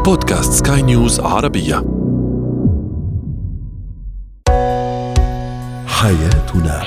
بودكاست سكاي نيوز عربية. حياتنا.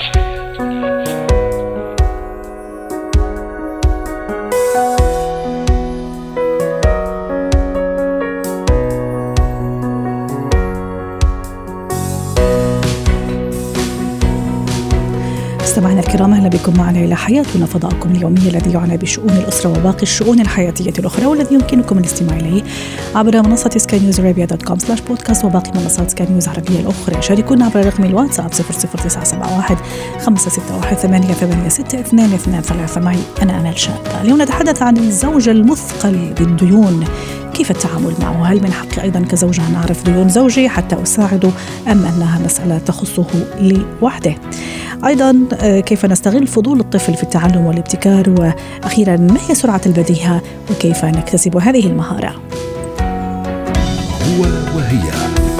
مستمعينا الكرام، أهلا بكم معنا إلى حياتنا، فضاؤكم اليومي الذي يعنى بشؤون الأسرة وباقي الشؤون الحياتية الأخرى، والذي يمكنكم الاستماع إليه عبر منصة skynewsarabia.com/podcast وباقي منصات سكاي نيوز عربية الأخرى. شاركونا عبر رقم الواتساب 00971 561 886223. معي أنا أمال شاب. اليوم نتحدث عن الزوج المثقل بالديون، كيف التعامل معه؟ هل من حقي أيضا كزوجة أن أعرف ديون زوجي حتى أساعده، أم أنها مسألة تخصه لوحده؟ أيضا كيف نستغل فضول الطفل في التعلم والابتكار؟ وأخيرا ما هي سرعة البديهة وكيف نكتسب هذه المهارة؟ هو وهي.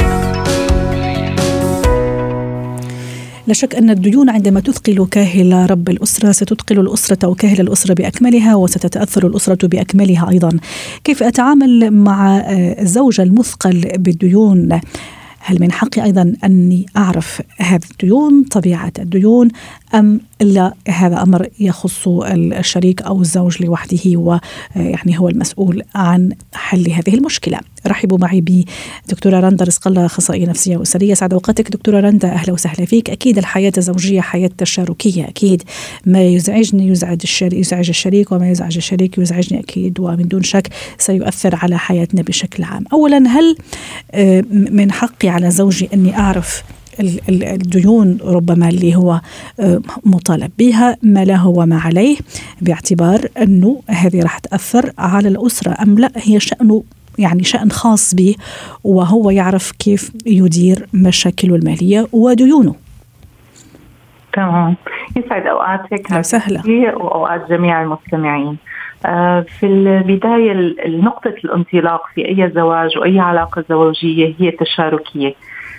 لا شك أن الديون عندما تثقل كاهل رب الأسرة ستثقل الأسرة أو كاهل الأسرة بأكملها، وستتأثر الأسرة بأكملها أيضا. كيف أتعامل مع الزوج المثقل بالديون؟ هل من حقي أيضا أني أعرف هذه الديون، طبيعة الديون، أم لا هذا أمر يخص الشريك أو الزوج لوحده ويعني هو المسؤول عن حل هذه المشكلة؟ رحبوا معي بدكتورة رندا رزق الله، أخصائية نفسية وأسرية. سعد أوقاتك دكتورة رندا، أهلا وسهلا فيك. أكيد الحياة الزوجية حياة تشاركية، أكيد ما يزعجني يزعج الشريك، وما يزعج الشريك يزعجني أكيد، ومن دون شك سيؤثر على حياتنا بشكل عام. أولا، هل من حقي على زوجي أني أعرف الديون ربما اللي هو مطالب بها، ما له وما عليه، باعتبار أنه هذه راح تأثر على الأسرة، أم لا هي شأنه يعني شأن خاص به وهو يعرف كيف يدير مشاكله المالية وديونه؟ تمام، يسعد أوقاتك وأوقات جميع المستمعين. في البداية نقطة الانطلاق في أي زواج وأي علاقة زوجية هي تشاركية،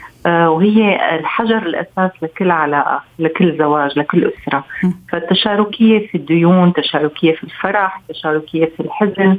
وهي الحجر الأساس لكل علاقة، لكل زواج، لكل أسرة. فالتشاركية في الديون، تشاركية في الفرح، تشاركية في الحزن.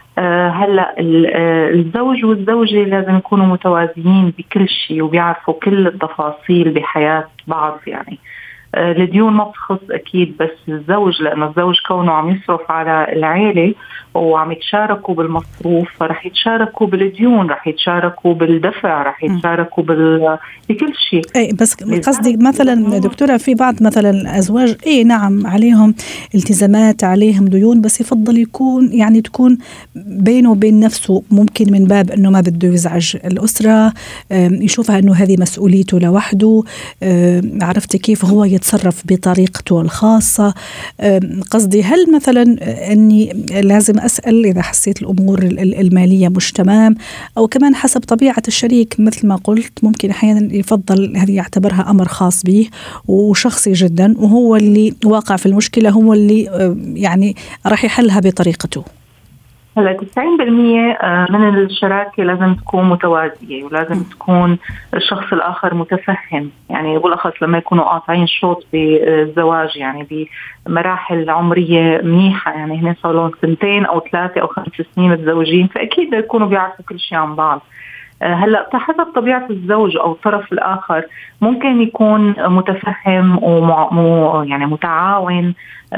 هلأ الزوج والزوجة لازم يكونوا متوازيين بكل شيء وبيعرفوا كل التفاصيل بحياة بعض. يعني الديون ما بتخص أكيد بس الزوج، لأنه الزوج كونه عم يصرف على العائلة وعم يتشاركوا بالمصروف، فرح يتشاركوا بالديون، رح يتشاركوا بالدفع، رح يتشاركوا بكل شيء. أي بس قصدي مثلا دكتورة، في بعض مثلا أزواج نعم عليهم التزامات، عليهم ديون، بس يفضل يكون يعني تكون بينه وبين نفسه، ممكن من باب أنه ما بده يزعج الأسرة، يشوفها أنه هذه مسؤوليته لوحده، عرفت كيف هو يتصرف بطريقته الخاصة. قصدي هل مثلا أني لازم أسأل إذا حسيت الأمور المالية مش تمام، أو كمان حسب طبيعة الشريك مثل ما قلت، ممكن أحيانا يفضل هذه يعتبرها أمر خاص به وشخصي جدا، وهو اللي واقع في المشكلة، هو اللي يعني راح يحلها بطريقته. هلا 90% من الشراكة لازم تكون متوازية، ولازم تكون الشخص الآخر متفهم. يعني بالأخص لما يكونوا قاطعين شوط بالزواج، يعني بمراحل عمرية منيحة، يعني هنا صار لهم 2 أو 3 أو 5 سنين متزوجين، فأكيد يكونوا بيعرفوا كل شيء عن بعض. هلأ حسب طبيعة الزوج أو الطرف الآخر ممكن يكون متفهم يعني متعاون،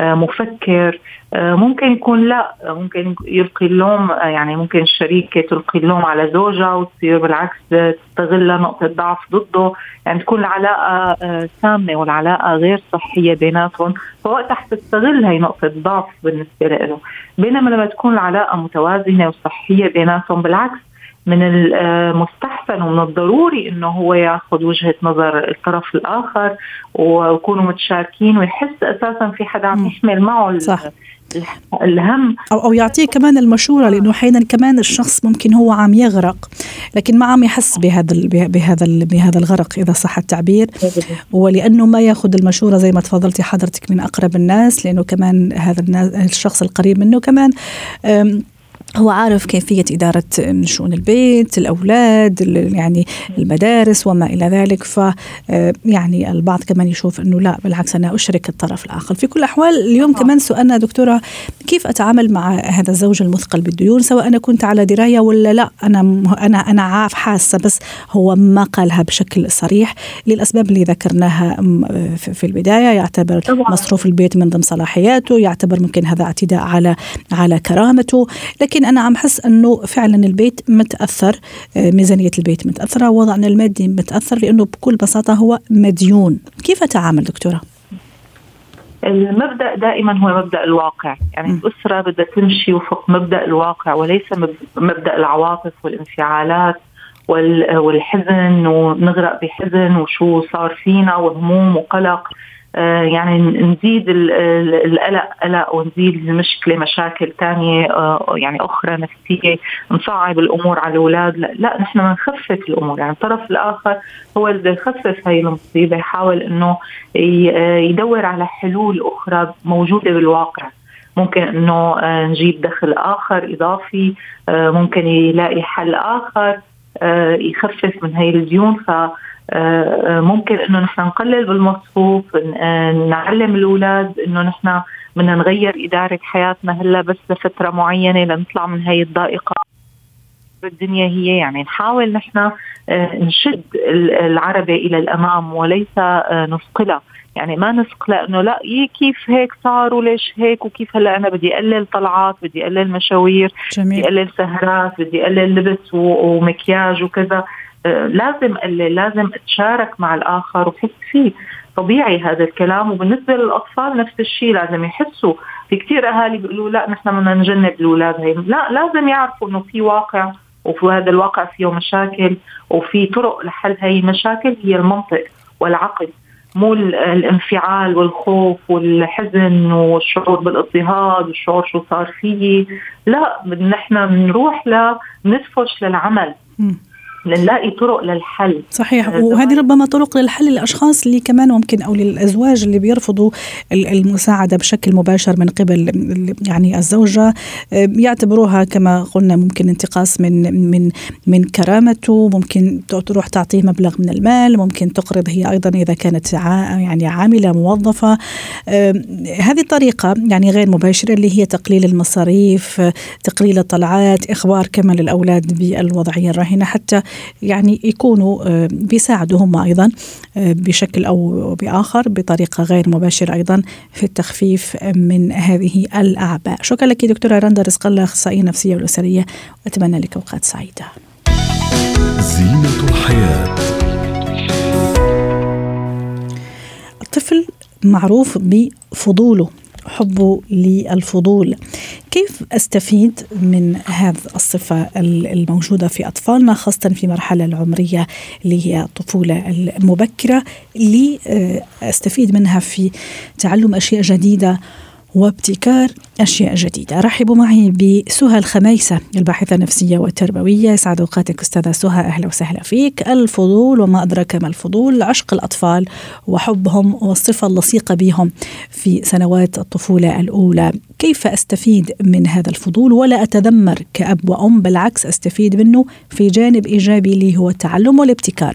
مفكر. ممكن يكون لا، ممكن يلقي اللوم، يعني ممكن الشريكة تلقي اللوم على زوجها وتصير بالعكس تستغل نقطة ضعف ضده، يعني تكون العلاقة سامة والعلاقة غير صحية بيناتهم، فوقتها تستغل هاي نقطة ضعف بالنسبة له. بينما لما تكون العلاقة متوازنة وصحية بيناتهم، بالعكس من المستحسن ومن الضروري انه هو ياخذ وجهة نظر الطرف الاخر ويكونوا متشاركين، ويحس اساسا في حدا عم يحمل معه الهم، او يعطيه كمان المشورة، لانه احيانا كمان الشخص ممكن هو عم يغرق لكن ما عم يحس بهذا الغرق اذا صح التعبير، ولانه ما ياخذ المشورة زي ما تفضلتي حضرتك من اقرب الناس، لانه كمان هذا الشخص القريب منه كمان هو عارف كيفية إدارة شؤون البيت، الأولاد، يعني المدارس وما إلى ذلك. يعني البعض كمان يشوف أنه لا بالعكس أنا أشرك الطرف الآخر. في كل الأحوال اليوم كمان سؤالنا دكتورة، كيف أتعامل مع هذا الزوج المثقل بالديون، سواء أنا كنت على دراية ولا لا، أنا عارف حاسة بس هو ما قالها بشكل صريح للأسباب اللي ذكرناها في البداية. يعتبر مصروف البيت من ضمن صلاحياته، يعتبر ممكن هذا اعتداء على كرامته. لكن أنا عم حس أنه فعلا البيت متأثر، ميزانية البيت متأثرة، وضعنا المادي متأثر، لأنه بكل بساطة هو مديون. كيف أتعامل دكتورة؟ المبدأ دائما هو مبدأ الواقع، يعني الأسرة بدها تمشي وفق مبدأ الواقع وليس مبدأ العواطف والانفعالات والحزن، ونغرق بحزن وشو صار فينا وهموم وقلق. يعني نزيد القلق ونزيد المشكلة مشاكل تانية يعني أخرى نفسية، نصعب الأمور على الأولاد. لا نحن نخفف الأمور، يعني الطرف الآخر هو اللي يخفف هاي المصيبة، يحاول إنه يدور على حلول أخرى موجودة بالواقع. ممكن إنه نجيب دخل آخر إضافي، ممكن يلاقي حل آخر يخفف من هاي الديون. ممكن إنه نحن نقلل بالمصروف، نعلم الأولاد إنه نحن بدنا نغير إدارة حياتنا هلا بس لفترة معينة لنطلع من هاي الضائقة. الدنيا هي يعني نحاول نحن نشد العربة إلى الأمام وليس نثقلها. يعني ما نثقلها إنه لا كيف هيك صار وليش هيك وكيف هلا أنا بدي أقلل طلعات، بدي أقلل مشاوير، بدي أقلل سهرات، بدي أقلل لبس ومكياج وكذا. لازم اتشارك مع الآخر وحس فيه. طبيعي هذا الكلام. وبالنسبة للأطفال نفس الشيء، لازم يحسوا. في كتير أهالي بيقولوا لا نحن بدنا نجنب الأولاد هاي. لا، لازم يعرفوا إنه في واقع، وفي هذا الواقع فيه مشاكل، وفي طرق لحل هاي المشاكل. هي المنطق والعقل، مو الانفعال والخوف والحزن والشعور بالاضطهاد والشعور شو صار فيه. لا، نحن نروح ندفش للعمل، نلاقي طرق للحل. صحيح. وهذه ربما طرق للحل للأشخاص اللي كمان ممكن أو للأزواج اللي بيرفضوا المساعدة بشكل مباشر من قبل يعني الزوجة، يعتبروها كما قلنا ممكن انتقاص من كرامته. ممكن تروح تعطيه مبلغ من المال، ممكن تقرض هي أيضا إذا كانت يعني عاملة موظفة. هذه الطريقة يعني غير مباشرة اللي هي تقليل المصاريف، تقليل الطلعات، إخبار كمان للأولاد بالوضعية الراهنة، حتى يعني يكونوا بيساعدوا هم أيضا بشكل أو بآخر بطريقة غير مباشرة أيضا في التخفيف من هذه الأعباء. شكرا لك دكتورة رندا رزق الله، أخصائية نفسية والأسرية، وأتمنى لك أوقات سعيدة. زينة الحياة. الطفل معروف بفضوله، حبه للفضول. كيف أستفيد من هذه الصفة الموجودة في أطفالنا، خاصة في مرحلة العمرية اللي هي الطفولة المبكرة، اللي أستفيد منها في تعلم أشياء جديدة وابتكار أشياء جديدة؟ رحبوا معي بسهى الخميسة، الباحثة النفسية والتربوية. يسعد أوقاتك أستاذة سهى، أهلا وسهلا فيك. الفضول وما أدراك ما الفضول، عشق الأطفال وحبهم والصفة اللصيقة بهم في سنوات الطفولة الأولى. كيف أستفيد من هذا الفضول ولا أتذمر كأب وأم، بالعكس أستفيد منه في جانب إيجابي اللي هو التعلم والابتكار؟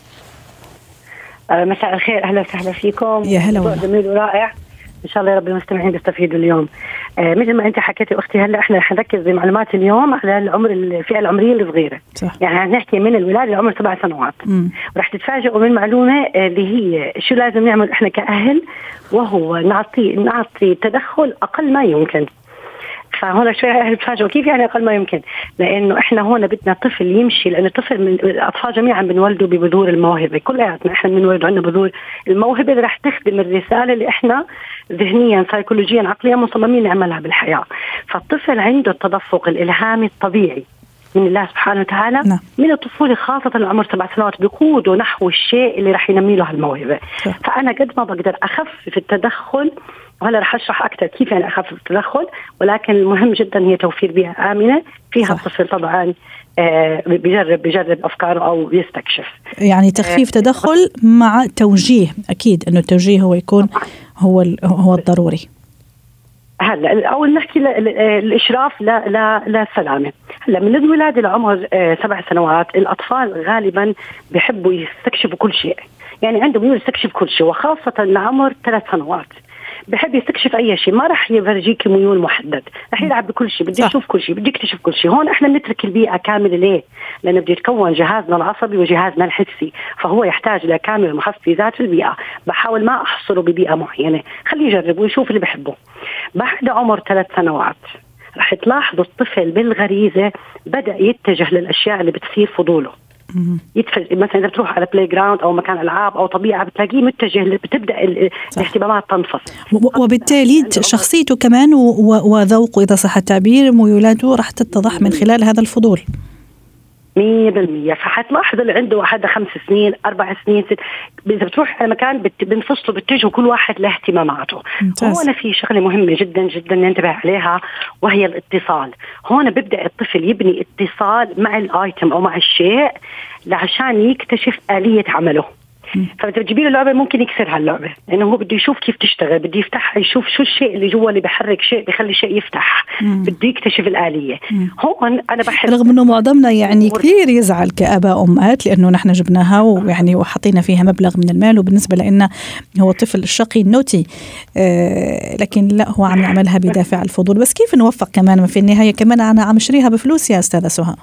مساء الخير، أهلا وسهلا فيكم. يا هلا والله. جميل ورائع، إن شاء الله رب المستمعين بيستفيدوا اليوم. مثل ما أنت حكيتي أختي، هلا إحنا رح نركز بمعلومات اليوم على الفئة العمرية الصغيرة. صح. يعني نحكي من الولادة لعمر 7 سنوات. ورح تتفاجئوا من معلومة اللي هي شو لازم نعمل إحنا كأهل، وهو نعطي تدخل أقل ما يمكن. فهنا شوية أهل تفاجئوا كيف يعني أقل ما يمكن، لأنه إحنا هنا بدنا طفل يمشي، لأن الطفل من الأطفال جميعا بنولدوا ببذور الموهبة، كلياتنا إحنا بنولد عندنا بذور الموهبة اللي رح تخدم الرسالة اللي إحنا ذهنيا سيكولوجيا عقليا مصممين نعملها بالحياة. فالطفل عنده التدفق الإلهامي الطبيعي من الله سبحانه وتعالى من الطفولة، خاصة العمر 7 سنوات، بيقوده نحو الشيء اللي رح ينمي له الموهبة. فأنا قد ما بقدر أخفف التدخل، وهلا رح أشرح أكثر كيف يعني أخفف التدخل، ولكن المهم جدا هي توفير بيئة آمنة فيها الطفل طبعا بيجرب أفكاره أو بيستكشف. يعني تخفيف تدخل مع توجيه، أكيد أنه التوجيه هو يكون هو الضروري. هلا اول نحكي الاشراف للسلامه. هلا من الولاده لعمر 7 سنوات الاطفال غالبا بيحبوا يستكشفوا كل شيء، يعني عندهم ميول يستكشف كل شيء، وخاصه لعمر 3 سنوات بحب يستكشف اي شيء، ما راح يفرجيك ميول محدد، راح يلعب بكل شيء، بده يشوف كل شيء، بده يكتشف كل شيء. هون احنا بنترك البيئه كامله. ليه؟ لانه بده يتكون جهازنا العصبي وجهازنا الحسي، فهو يحتاج لكامل محفزات البيئه. بحاول ما احصره ببيئه معينه، خليه يجرب ويشوف اللي بحبه. بعد عمر 3 سنوات راح تلاحظوا الطفل بالغريزه بدا يتجه للاشياء اللي بتصير فضوله. مثلا إذا بتروح على بلاي جراوند أو مكان ألعاب أو طبيعة بتلاقيه متجه، بتبدأ الاهتمامات تنفصل، وبالتالي شخصيته كمان وذوقه إذا صح التعبير ميولاته راح تتضح من خلال هذا الفضول 100%. فحتلاحظ اللي عنده واحد 5 سنين 4 سنين إذا بتروح على مكان بنفصلوا بتجهوا كل واحد له اهتماماته. هون في شغلة مهمة جدا جدا ننتبه عليها وهي الاتصال. هون ببدأ الطفل يبني اتصال مع الآيتم أو مع الشيء عشان يكتشف آلية عمله. فبتجيبي له لعبة ممكن يكسر هاللعبة لأنه هو بده يشوف كيف تشتغل، بده يفتح يشوف شو الشيء اللي جوا اللي بحرك شيء بيخلي شيء يفتح، بده يكتشف الآلية. هون أنا بحب رغم أنه معظمنا يعني كثير يزعل كآباء أمهات لأنه نحن جبناها ويعني وحطينا فيها مبلغ من المال وبالنسبة لنا هو طفل الشقي النوتي، لكن لا هو عم يعملها بدافع الفضول. بس كيف نوفق كمان في النهاية كمان أنا عم شريها بفلوس يا أستاذة سهى؟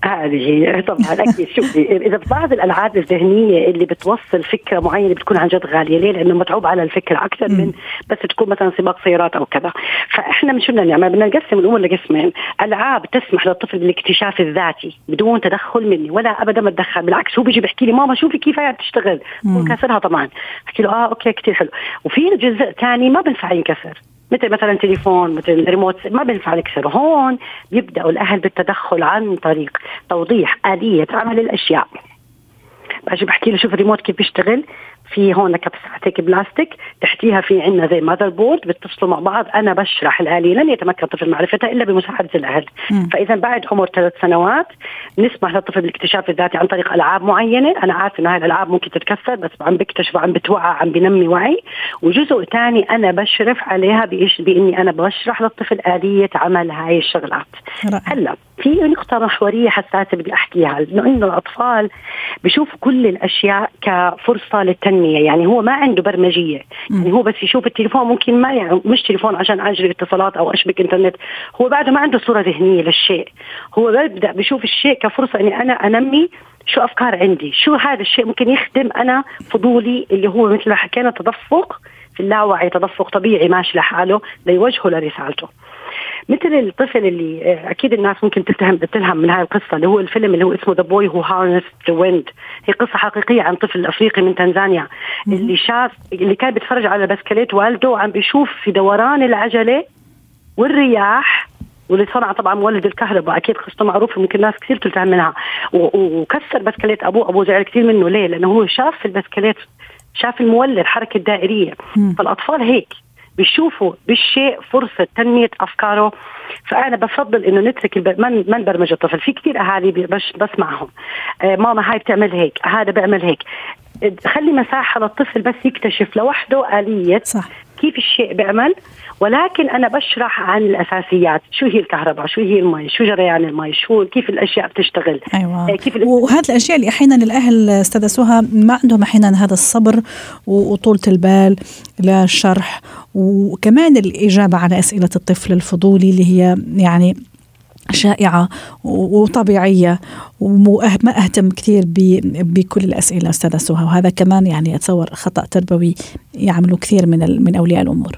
هذه طبعا أكيد. شوفي إذا بعض الألعاب الذهنية اللي بتوصل فكرة معينة بتكون عن جد غالية. ليه؟ لأنه متعوب على الفكرة أكثر من بس تكون مثلا سباق سيارات أو كذا. فإحنا مش بدنا نعمل، بدنا نقسم الأمور لقسمين. ألعاب تسمح للطفل بالاكتشاف الذاتي بدون تدخل مني ولا أبدا ما أتدخل، بالعكس هو بيجي بيحكي لي ماما شوفي كيف هي بتشتغل، كسرها طبعا أحكي له أوكي كتير حلو. وفي جزء ثاني ما بنفع ينكسر، مثلا تليفون مثل ريموت ما بينفع نكسره. هون بيبدأوا الأهل بالتدخل عن طريق توضيح آلية عمل الأشياء. باجي بحكي له شوف الريموت كيف بيشتغل، في هون كبساتك بلاستيك تحتيها في عنا زي ماذر بورد بتتصلوا مع بعض. أنا بشرح الآلية، لن يتمكن الطفل معرفتها إلا بمساعدة الأهل. فإذا بعد عمر 3 سنوات نسمح للطفل بالاكتشاف الذاتي عن طريق ألعاب معينة. أنا عارف إن هاي الألعاب ممكن تتكسر بس عم بكتشف عم بتوعى عم بنمي وعي. وجزء تاني أنا بشرف عليها بإني أنا بشرح للطفل آلية عمل هاي الشغلات. هلا في نقطة محورية حساسة بدي أحكيها، إنه الأطفال بيشوفوا كل الأشياء كفرصة للتنمية. يعني هو ما عنده برمجية، يعني هو بس يشوف التليفون ممكن ما يعني مش تليفون عشان أجري اتصالات أو أشبك إنترنت، هو بعده ما عنده صورة ذهنية للشيء. هو بيبدأ بيشوف الشيء كفرصة إني أنا أنمي شو أفكار عندي، شو هذا الشيء ممكن يخدم أنا فضولي اللي هو مثل ما حكينا تدفق في اللاوعي، تدفق طبيعي ماشي لحاله ليوجهه لرسالته. مثل الطفل اللي أكيد الناس ممكن تلهم من هاي القصة اللي هو الفيلم اللي هو اسمه The Boy Who Harnessed the Wind. هي قصة حقيقية عن طفل أفريقي من تنزانيا اللي كان بيتفرج على بسكليت والده وعم بيشوف في دوران العجلة والرياح، واللي صنع طبعا مولد الكهرباء. أكيد قصته معروفة ممكن ناس كثير تلتهم منها. وكسر بسكليت أبوه زعل كثير منه. ليه؟ لأنه هو شاف في البسكليت شاف المولد حركة دائرية. فالأطفال هيك بيشوفوا بالشيء فرصة تنمية أفكاره. فأنا بفضل إنه نترك من برمج الطفل. في كتير أهالي بسمعهم ماما هاي بتعمل هيك، هذا بيعمل هيك. خلي مساحة للطفل بس يكتشف لوحده آلية صح. كيف الشيء بيعمل، ولكن أنا بشرح عن الأساسيات، شو هي الكهرباء، شو هي المي، شو جريان المي، شو كيف الأشياء بتشتغل. أيوة. كيف وهذه الأشياء اللي أحيانا الأهل استاذة سهى ما عندهم أحيانا هذا الصبر وطولة البال للشرح وكمان الإجابة على أسئلة الطفل الفضولي اللي هي يعني شائعة وطبيعية وما أهتم كثير بكل الأسئلة أستاذة سهى. وهذا كمان يعني أتصور خطأ تربوي يعملوا كثير من أولياء الأمور.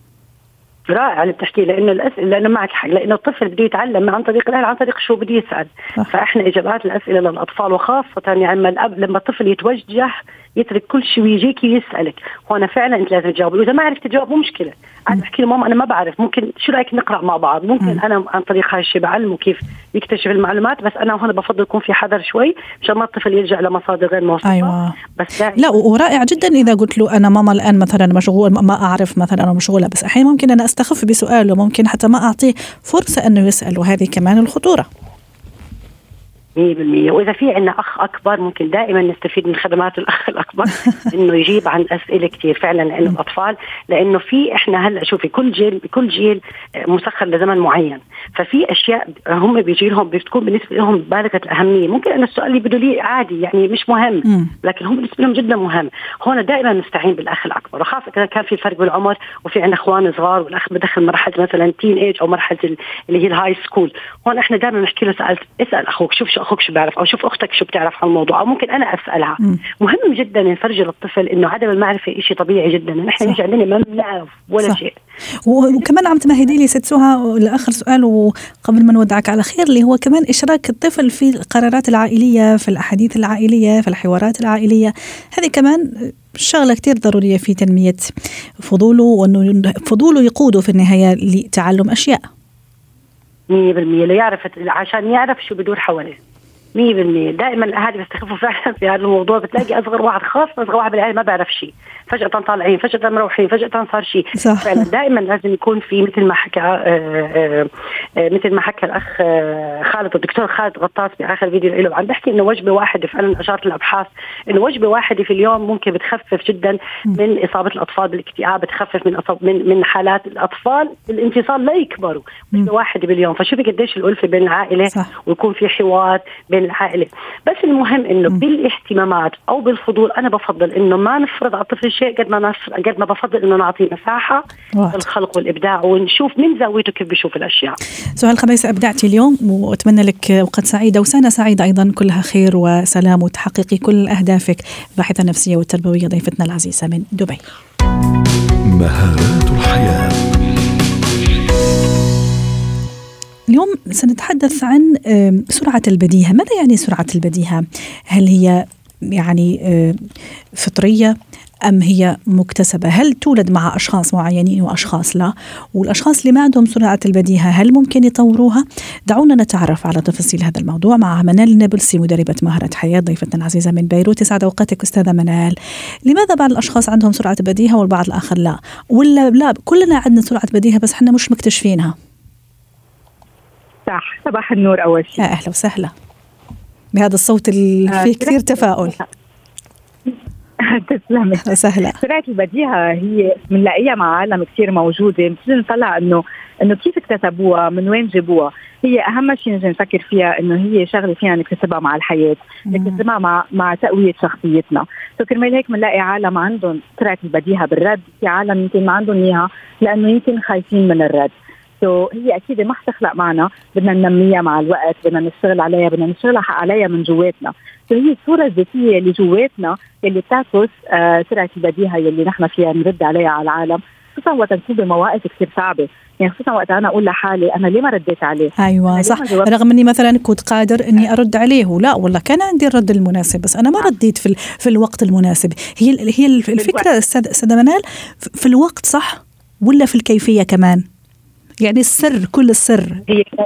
رائع اللي بتحكي، لأنه معك حق، لأنه الطفل بده يتعلم عن طريق الأهل عن طريق شو بده يسأل. فإحنا إجابات الأسئلة للأطفال وخاصة يعني لما الطفل يتوجه يترك كل شيء ويجيك يسألك، هنا فعلا أنت لازم تجاوب. وإذا ما عرفت تجاوب مو مشكلة، عاد بحكي له ماما أنا ما بعرف، ممكن شو رأيك نقرأ مع بعض، ممكن أنا عن طريق هاي الشيء بعلمه كيف يكتشف المعلومات. بس أنا هنا بفضل يكون في حذر شوي عشان ما الطفل يرجع لمصادر غير موثوقة. أيوة. بس لا ورائع جدا إذا قلت له أنا ماما الآن مثلا مشغول ما أعرف مثلا أنا مشغولة، بس أحيانا ممكن أنا أستخف بسؤاله، ممكن حتى ما أعطيه فرصة أنه يسأل، وهذه كمان الخطورة 100%. وإذا في عنا أخ أكبر ممكن دائما نستفيد من خدمات الأخ الأكبر. يثبت انه يجيب عن اسئله كثير فعلا، لانه الاطفال، لانه في احنا هلا شوفي كل جيل مسخر لزمن معين، ففي اشياء هم بيجي لهم بتكون بالنسبه لهم بالغه الاهميه. ممكن انا السؤال اللي بده لي عادي يعني مش مهم، لكن هم بالنسبه لهم جدا مهم. هون دائما نستعين بالاخ الاكبر، وخاصه اذا كان في فرق بالعمر وفي عندنا اخوان صغار والأخ بدخل مرحلة مثلا تين ايج أو مرحلة اللي هي الهاي سكول. هون احنا دائما نحكي له اسأل أخوك، شوف شو أخوك شو بيعرف، أو شوف أختك شو بتعرف عن الموضوع، أو ممكن أنا أسألها. مهم جدا نفرج للطفل إنه عدم المعرفة إشي طبيعي جدا، نحن نيجي عندنا ما بنعرف ولا شيء. وكمان عم تمهدي لي ست سهى لآخر سؤال وقبل ما نودعك على خير، اللي هو كمان إشراك الطفل في القرارات العائلية، في الأحاديث العائلية، في الحوارات العائلية. هذه كمان شغلة كتير ضرورية في تنمية فضوله، وأنه فضوله يقوده في النهاية لتعلم أشياء 100%، عشان يعرف شو بدور حواليه 100%. دائما الأهالي بيستخفوا فعلا في هذا الموضوع. بتلاقي أصغر واحد، خاصة أصغر واحد بالعائلة، ما بعرف شيء، فجأة طالعين، فجأة مروحين، فجأة صار شيء. فعلا دائما لازم يكون في مثل ما حكى الأخ خالد، الدكتور خالد غطاس بآخر فيديو له، عم بحكي إنه وجبة واحدة، فعلا أشارت الأبحاث إنه وجبة واحدة في اليوم ممكن بتخفف جدا من إصابة الأطفال بالاكتئاب، بتخفف من حالات الأطفال الانفصال لا يكبروا. وجبة واحدة باليوم، فشوفي قديش الألفة بين العائلة ويكون في حوار بين العائلة. بس المهم إنه بالاهتمامات أو بالفضول، أنا بفضل إنه ما نفرض على الطفل شيء قد ما بفضل إنه نعطيه مساحة الخلق والإبداع، ونشوف من زاويته كيف بيشوف الأشياء. سهى الخميس أبدعتي اليوم، وأتمنى لك أوقات سعيدة وسنة سعيدة أيضا، كلها خير وسلام، وتحققي كل أهدافك. الباحثة النفسية والتربوية ضيفتنا العزيزة من دبي. مهارات الحياة. اليوم سنتحدث عن سرعة البديهة. ماذا يعني سرعة البديهة؟ هل هي يعني فطرية أم هي مكتسبة؟ هل تولد مع أشخاص معينين وأشخاص لا؟ والأشخاص اللي ما عندهم سرعة البديهة هل ممكن يطوروها؟ دعونا نتعرف على تفاصيل هذا الموضوع مع منال النابلسي، مدربة مهارة حياة، ضيفتنا العزيزة من بيروت. يسعد أوقاتك أستاذة منال. لماذا بعض الأشخاص عندهم سرعة بديهة والبعض الآخر لا؟ ولا لا كلنا عندنا سرعة بديهة بس احنا مش مكتشفينها؟ صح. صباح النور أول شيء. يا أهلا وسهلا بهذا الصوت اللي فيه كثير تفاؤل. تسلمي. سهلة. سرعة البديهة هي بنلاقيها مع عالم كثير موجودة، بنصير نطلع إنه كيف اكتسبوها، من وين جابوها. هي أهم شيء نجي نفكر فيها إنه هي شغلة فينا نكتسبها مع الحياة، نكتسبها مع تقوية شخصيتنا. كرمال هيك بنلاقي عالم عندهم سرعة البديهة بالرد، في عالم يمكن ما عندهم إياها لأنه يمكن خايفين من الرد. هي أكيد ما حتخلق معنا، بدنا ننميها مع الوقت، بدنا نشتغل عليها، بدنا نشتغل عليها من جواتنا. هي الصورة الذاتية اللي جواتنا اللي بتعكس سرعة البديهة اللي نحن فيها نرد عليها على العالم، خصوصا وقت نكون بمواقف كثير صعبة. يعني خصوصا وقت أنا أقول لحالي أنا ليه ما رديت عليه. أيوة صح، رغم أني مثلا كنت قادر أني أرد عليه، ولا والله كان عندي الرد المناسب بس أنا ما رديت في الوقت المناسب. هي الفكرة أستاذة منال في الوقت صح ولا في الكيفية كمان؟ يعني السر، كل السر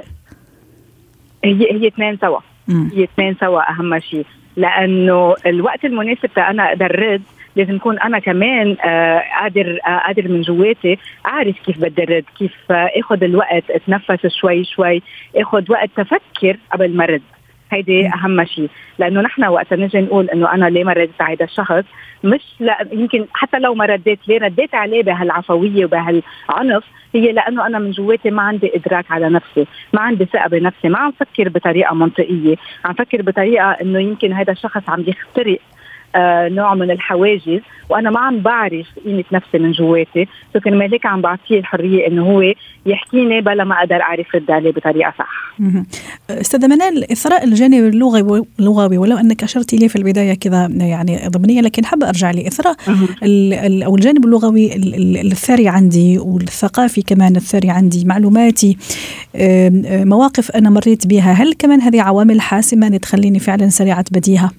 هي اثنين سوا. هي اثنين سوا أهم شيء، لأنه الوقت المناسب أنا أقدر رد لازم يكون أنا كمان قادر من جواتي أعرف كيف بدي رد، كيف أخذ الوقت، أتنفس شوي شوي، أخذ وقت تفكر قبل ما رد. هيدي أهم شيء، لأنه نحن وقت نجي نقول إنه أنا ليه ما رديت على هذا الشخص، مش يمكن حتى لو ما ليه رديت عليه بهالعفوية وبهالعنف، هي لأنه أنا من جواتي ما عندي إدراك على نفسي، ما عندي ثقة بنفسي، ما عم فكر بطريقة منطقية، عم فكر بطريقة إنه يمكن هذا الشخص عم يخترق نوع من الحواجز، وأنا ما عم بعرف قيمة نفسي من جواتي. كرمال هيك عم بعطيه الحرية إنه هو يحكيني بلا ما أقدر أعرف رد عليه بطريقة صح. أستاذة منال، إثراء الجانب اللغوي ولو أنك أشرتي لي في البداية كذا يعني ضمنية، لكن حابة أرجع لي إثراء أو الجانب اللغوي الثري عندي، والثقافي كمان الثري عندي، معلوماتي، مواقف أنا مريت بها. هل كمان هذه عوامل حاسمة تخليني فعلا سريعة بديهة؟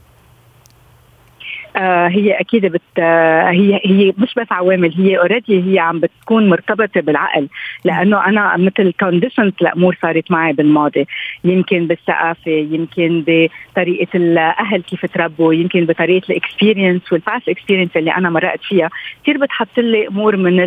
هي أكيد هي مش بس عوامل، هي أوريدي هي عم بتكون مرتبطة بالعقل، لأنه أنا مثل كونديشنز الأمور صارت معي بالماضي، يمكن بالثقافة، يمكن بطريقة الأهل كيف تربوا، يمكن بطريقة الإكسبيرينس والباست إكسبيرينس اللي أنا مرقت فيها، كتير بتحط لي أمور من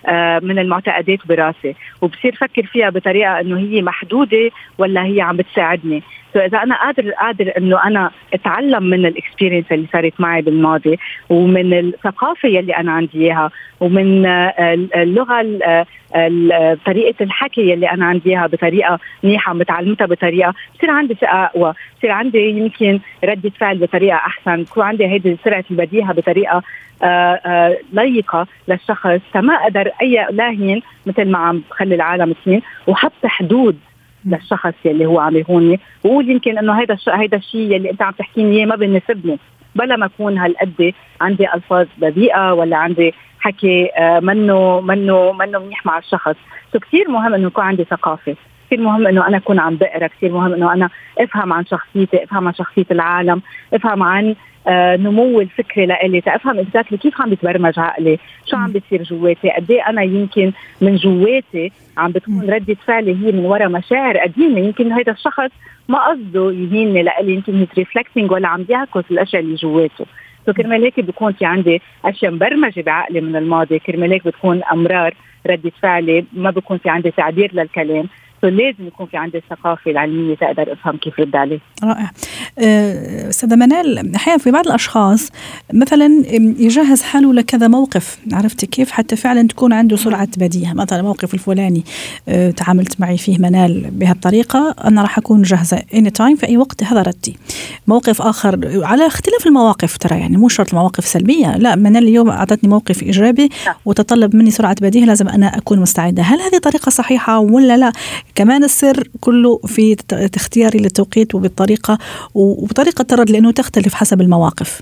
من المعتقدات براسي، وبصير فكر فيها بطريقة انه هي محدودة ولا هي عم بتساعدني. فإذا أنا قادر إنه أنا أتعلم من الإكسبيرينس اللي صارت معي بالماضي، ومن الثقافة اللي أنا عندي إياها، ومن اللغة طريقة الحكي اللي أنا عندي إياها بطريقة منيحة متعلمتها بطريقة، بصير عندي ثقة أقوى، بصير عندي يمكن ردة فعل بطريقة أحسن، بكون عندي هيدي سرعة البديهة بطريقة ليقة للشخص، فما أقدر أي لاهين مثل ما عم بخلي العالم تين وحط حدود للشخص اللي هو عم يهوني، وقول يمكن انه هيدا الشيء اللي انت عم تحكيني اياه ما بيناسبني، بلا ما اكون هالقد عندي الفاظ بذيئه ولا عندي حكي منه منيح مع الشخص. كثير مهم انه يكون عندي ثقافه، كثير مهم انه انا اكون عم بقرا، كثير مهم انه انا افهم عن شخصيتي، افهم عن شخصيه العالم، افهم عن نمو الفكري لإلي، تفهم exactly كيف عم بتبرمج عقلي، شو عم بتصير جواتي، قد ايه انا يمكن من جواتي عم بتكون ردة فعلي هي من وراء مشاعر قديمة، يمكن هيدا الشخص ما قصده يهيني لإلي، يمكن هي ريفلكتنج ولا عم بيعكس الاشياء اللي جواته. كرمال هيك بكون في عندي اشياء مبرمجة بعقلي من الماضي، كرمال هيك بتكون امرار ردة فعلي، ما بكون في عندي تعبير للكلام، لازم يكون في عندي الثقافة العلمية تقدر أفهم كيف رد عليه. رائع. أستاذة منال، أحيانا في بعض الأشخاص مثلا يجهز حاله لكذا موقف، عرفت كيف، حتى فعلا تكون عنده سرعة بديهة، مثلا موقف الفلاني تعاملت معي فيه منال بهالطريقة، أنا راح أكون جاهزة anytime في أي وقت، هذا ردي. موقف آخر على اختلاف المواقف، ترى يعني مو شرط المواقف سلبية، لا، منال اليوم أعطتني موقف إيجابي وتطلب مني سرعة بديهة، لازم أنا أكون مستعدة. هل هذه طريقة صحيحة ولا لا؟ كمان السر كله في اختياري للتوقيت وبالطريقة وبطريقة الرد، لأنه تختلف حسب المواقف.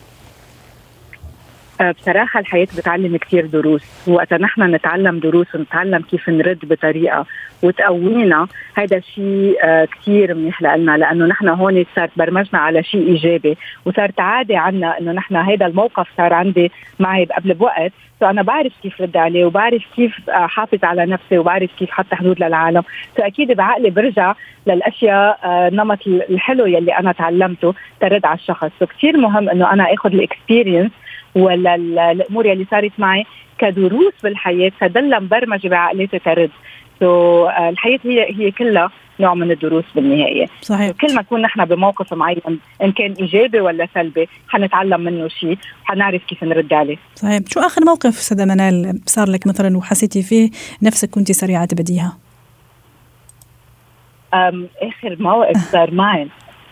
بصراحة الحياة بتعلم كتير دروس، وقت نحن نتعلم دروس ونتعلم كيف نرد بطريقة وتقوينا، هذا شيء كتير منيح لنا، لأنه نحن هون صار برمجنا على شيء إيجابي، وصارت عادة عنا أنه نحن هذا الموقف صار عندي معي قبل بوقت، فأنا بعرف كيف رد عليه، وبعرف كيف حافظ على نفسي، وبعرف كيف حط حدود للعالم. فأكيد بعقلي برجع للأشياء النمط الحلو يلي أنا تعلمته ترد على الشخص. كتير مهم أنه أنا أخذ الإكسبيرينس ولا الأمور يلي صارت معي كدروس بالحياة، فدل مبرمجة بعقليتي ترد. الحياة هي كلها نوع من الدروس بالنهاية. صحيح. كل ما نكون نحن بموقف معين إن كان إيجابي ولا سلبي، حنتعلم منه شيء، حنعرف كيف نرد عليه. صحيح. شو آخر موقف سيدة منال صار لك مثلا وحسيتي فيه نفسك كنتي سريعة بديهة؟ آخر موقف صار معي،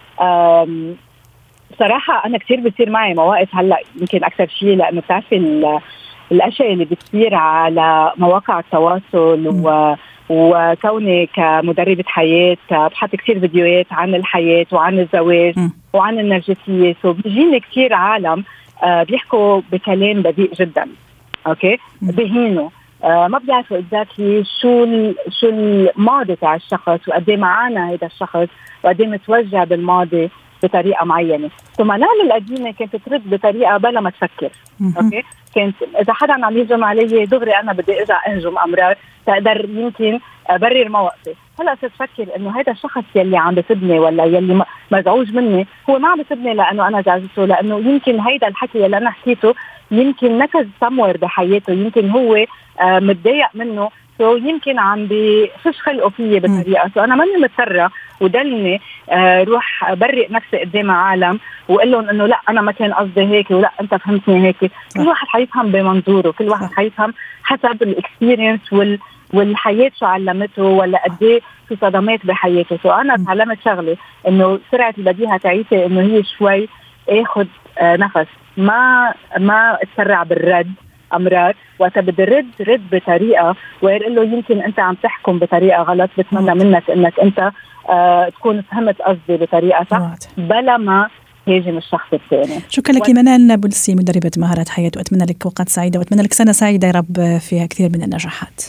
بصراحة أنا كتير بتصير معي مواقف هلأ يمكن أكثر شيء، لأنه بتعرفي الأشياء اللي بتصير على مواقع التواصل وكوني كمدربة حياة بحط كتير فيديوهات عن الحياة وعن الزواج وعن النرجسية، بيجيني كتير عالم بيحكوا بكلام بذيء جدا، أوكي، بهينوا، ما بيعرفوا exactly شو الماضي تاع الشخص، وقد ايه معانا هذا الشخص، وقد ايه متوجع بالماضي بطريقة معينة. ثم منال القديمة كانت ترد بطريقة بلا ما تفكر، أوكي، كانت إذا حدا عم يهجم علي دغري أنا بدي أرجع أهجم أمرار تقدر يمكن أبرر مواقفي. هلا تفكر إنه هذا الشخص يلي عم بسبني ولا يلي مزعوج مني هو ما عم بسبني لأنه أنا جازته، لأنه يمكن هيدا الحكي اللي أنا حكيته يمكن نكز سمور بحياته، يمكن هو متضايق منه، يمكن عم بفش خلقه فيه بطريقة، أنا ماني مضطرة ودلني روح برئ نفسي قدام عالم وقال لهم إنه لا أنا ما كان قصدي هيك ولا أنت فهمتني هيك. كل واحد حيفهم بمنظوره، كل واحد حيفهم حسب الإكسبيرينس والحياة شو علمته ولا قد ايه في صدمات بحياته. أنا تعلمت شغلة إنه سرعة البديهة تعيسي إنه هي شوي اخد نفس، ما اتسرع بالرد أمرار، وقت بدي رد بطريقة ويقول له يمكن أنت عم تحكم بطريقة غلط، بتمنى منك إنك أنت تكون فهمت قصدي بطريقة صح بلا ما هاجم الشخص الثاني. شكرا لك منال نابلسي، مدربة مهارات حياة، وأتمنى لك أوقات سعيدة وأتمنى لك سنة سعيدة يا رب فيها كثير من النجاحات.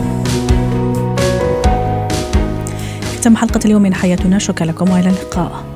تم حلقة اليوم من حياتنا، شكرا لكم وإلى اللقاء.